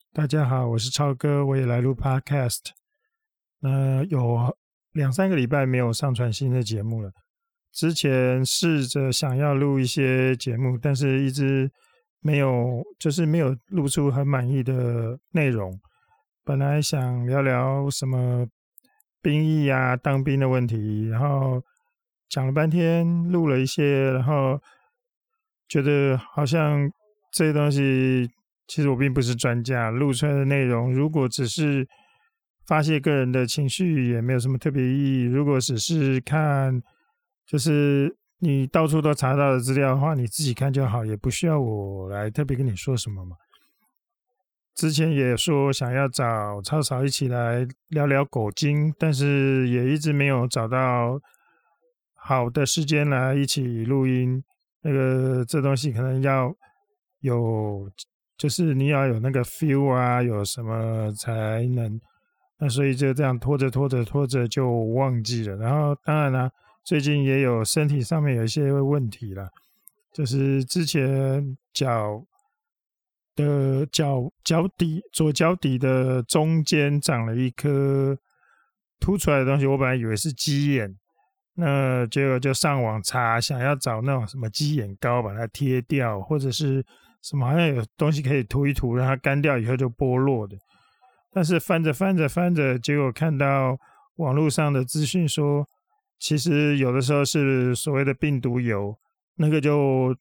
大家好，我是超哥，我也来录 Podcast。有2-3个礼拜没有上传新的节目了。之前试着想要录一些节目，但是一直没有录出很满意的内容。本来想聊聊什么兵役啊、当兵的问题，然后讲了半天，录了一些，然后觉得好像这些东西其实我并不是专家，录出来的内容如果只是发泄个人的情绪，也没有什么特别意义。如果只是看，就是你到处都查到的资料的话，你自己看就好，也不需要我来特别跟你说什么嘛。之前也说想要找超嫂一起来聊聊狗精，但是也一直没有找到好的时间来一起录音。这东西可能要有，就是你要有那个 feel 啊，有什么才能。那所以就这样拖着就忘记了。然后当然啦，最近也有身体上面有一些问题啦，就是之前左脚底的中间长了一颗凸出来的东西，我本来以为是鸡眼，那结果就上网查，想要找那种什么鸡眼膏把它贴掉，或者是什么好像有东西可以涂一涂，让它干掉以后就剥落的。但是翻着，结果看到网络上的资讯说，其实有的时候是所谓的病毒疣，那个就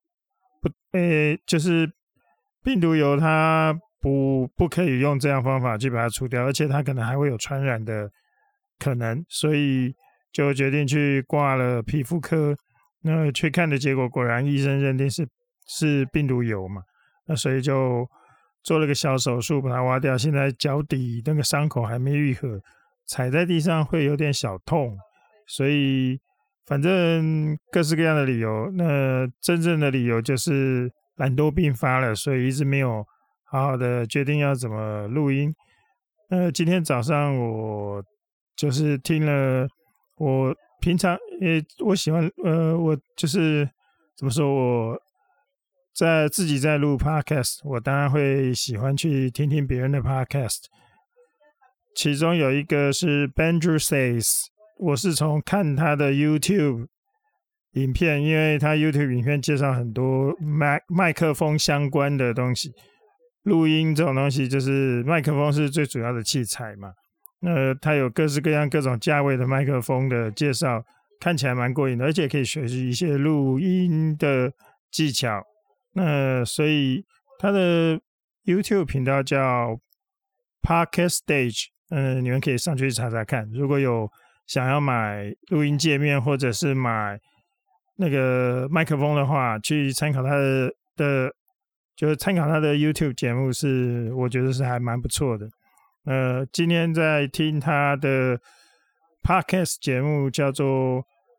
就是病毒疣它不可以用这样方法去把它除掉，而且它可能还会有传染的可能，所以就决定去挂了皮肤科。那去看的结果，果然医生认定是病毒疣嘛，那所以就做了个小手术把它挖掉。现在脚底那个伤口还没愈合，踩在地上会有点小痛，所以反正各式各样的理由。那真正的理由就是懒惰病发了，所以一直没有好好的决定要怎么录音。今天早上我就是听了，我平常我喜欢我就是怎么说，我自己在录 podcast， 我当然会喜欢去听听别人的 podcast。其中有一个是 Benju Says， 我是从看他的 YouTube 影片，因为他 YouTube 影片介绍很多麦克风相关的东西。录音这种东西就是麦克风是最主要的器材嘛，它有各式各样各种价位的麦克风的介绍，看起来蛮过瘾的，而且可以学习一些录音的技巧。那所以他的 YouTube 频道叫 Podcast Stage， 你们可以上去查查看。如果有想要买录音界面或者是买那个麦克风的话，去参考他就是参考他的 YouTube 节目，我觉得是还蛮不错的。今天在听他的 Podcast 节目叫做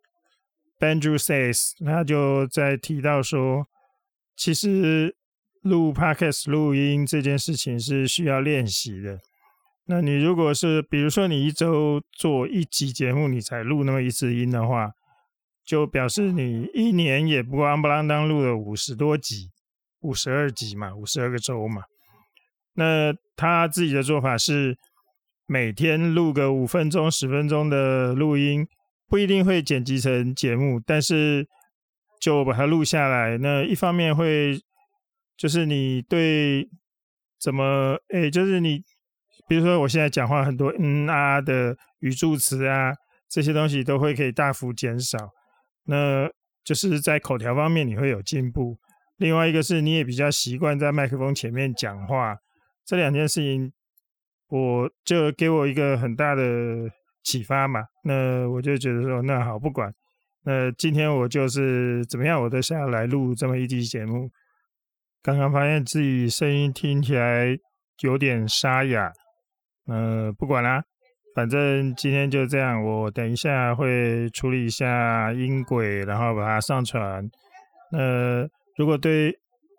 Benju Says， 他就在提到说，其实录 Podcast 录音这件事情是需要练习的。那你如果是比如说你一周做1集节目，你才录那么1次音的话，就表示你1年也不啷不啷当录了50多集，52集嘛，52个周嘛。那他自己的做法是每天录个5分钟10分钟的录音，不一定会剪辑成节目，但是就把它录下来。那一方面会就是你对怎么就是你比如说我现在讲话很多的语助词啊，这些东西都会可以大幅减少，那就是在口条方面你会有进步。另外一个是你也比较习惯在麦克风前面讲话，这2件事情我就给我一个很大的启发嘛。那我就觉得说那好，不管，那今天我就是怎么样我都想要来录这么一集节目。刚刚发现自己声音听起来有点沙哑，不管啦，反正今天就这样，我等一下会处理一下音轨，然后把它上传。如果对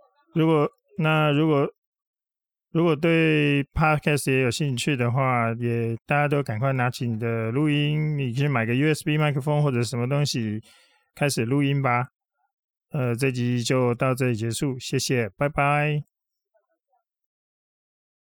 Podcast 也有兴趣的话，也大家都赶快拿起你的录音，你去买个 USB 麦克风或者什么东西开始录音吧。这集就到这里结束，谢谢，拜拜。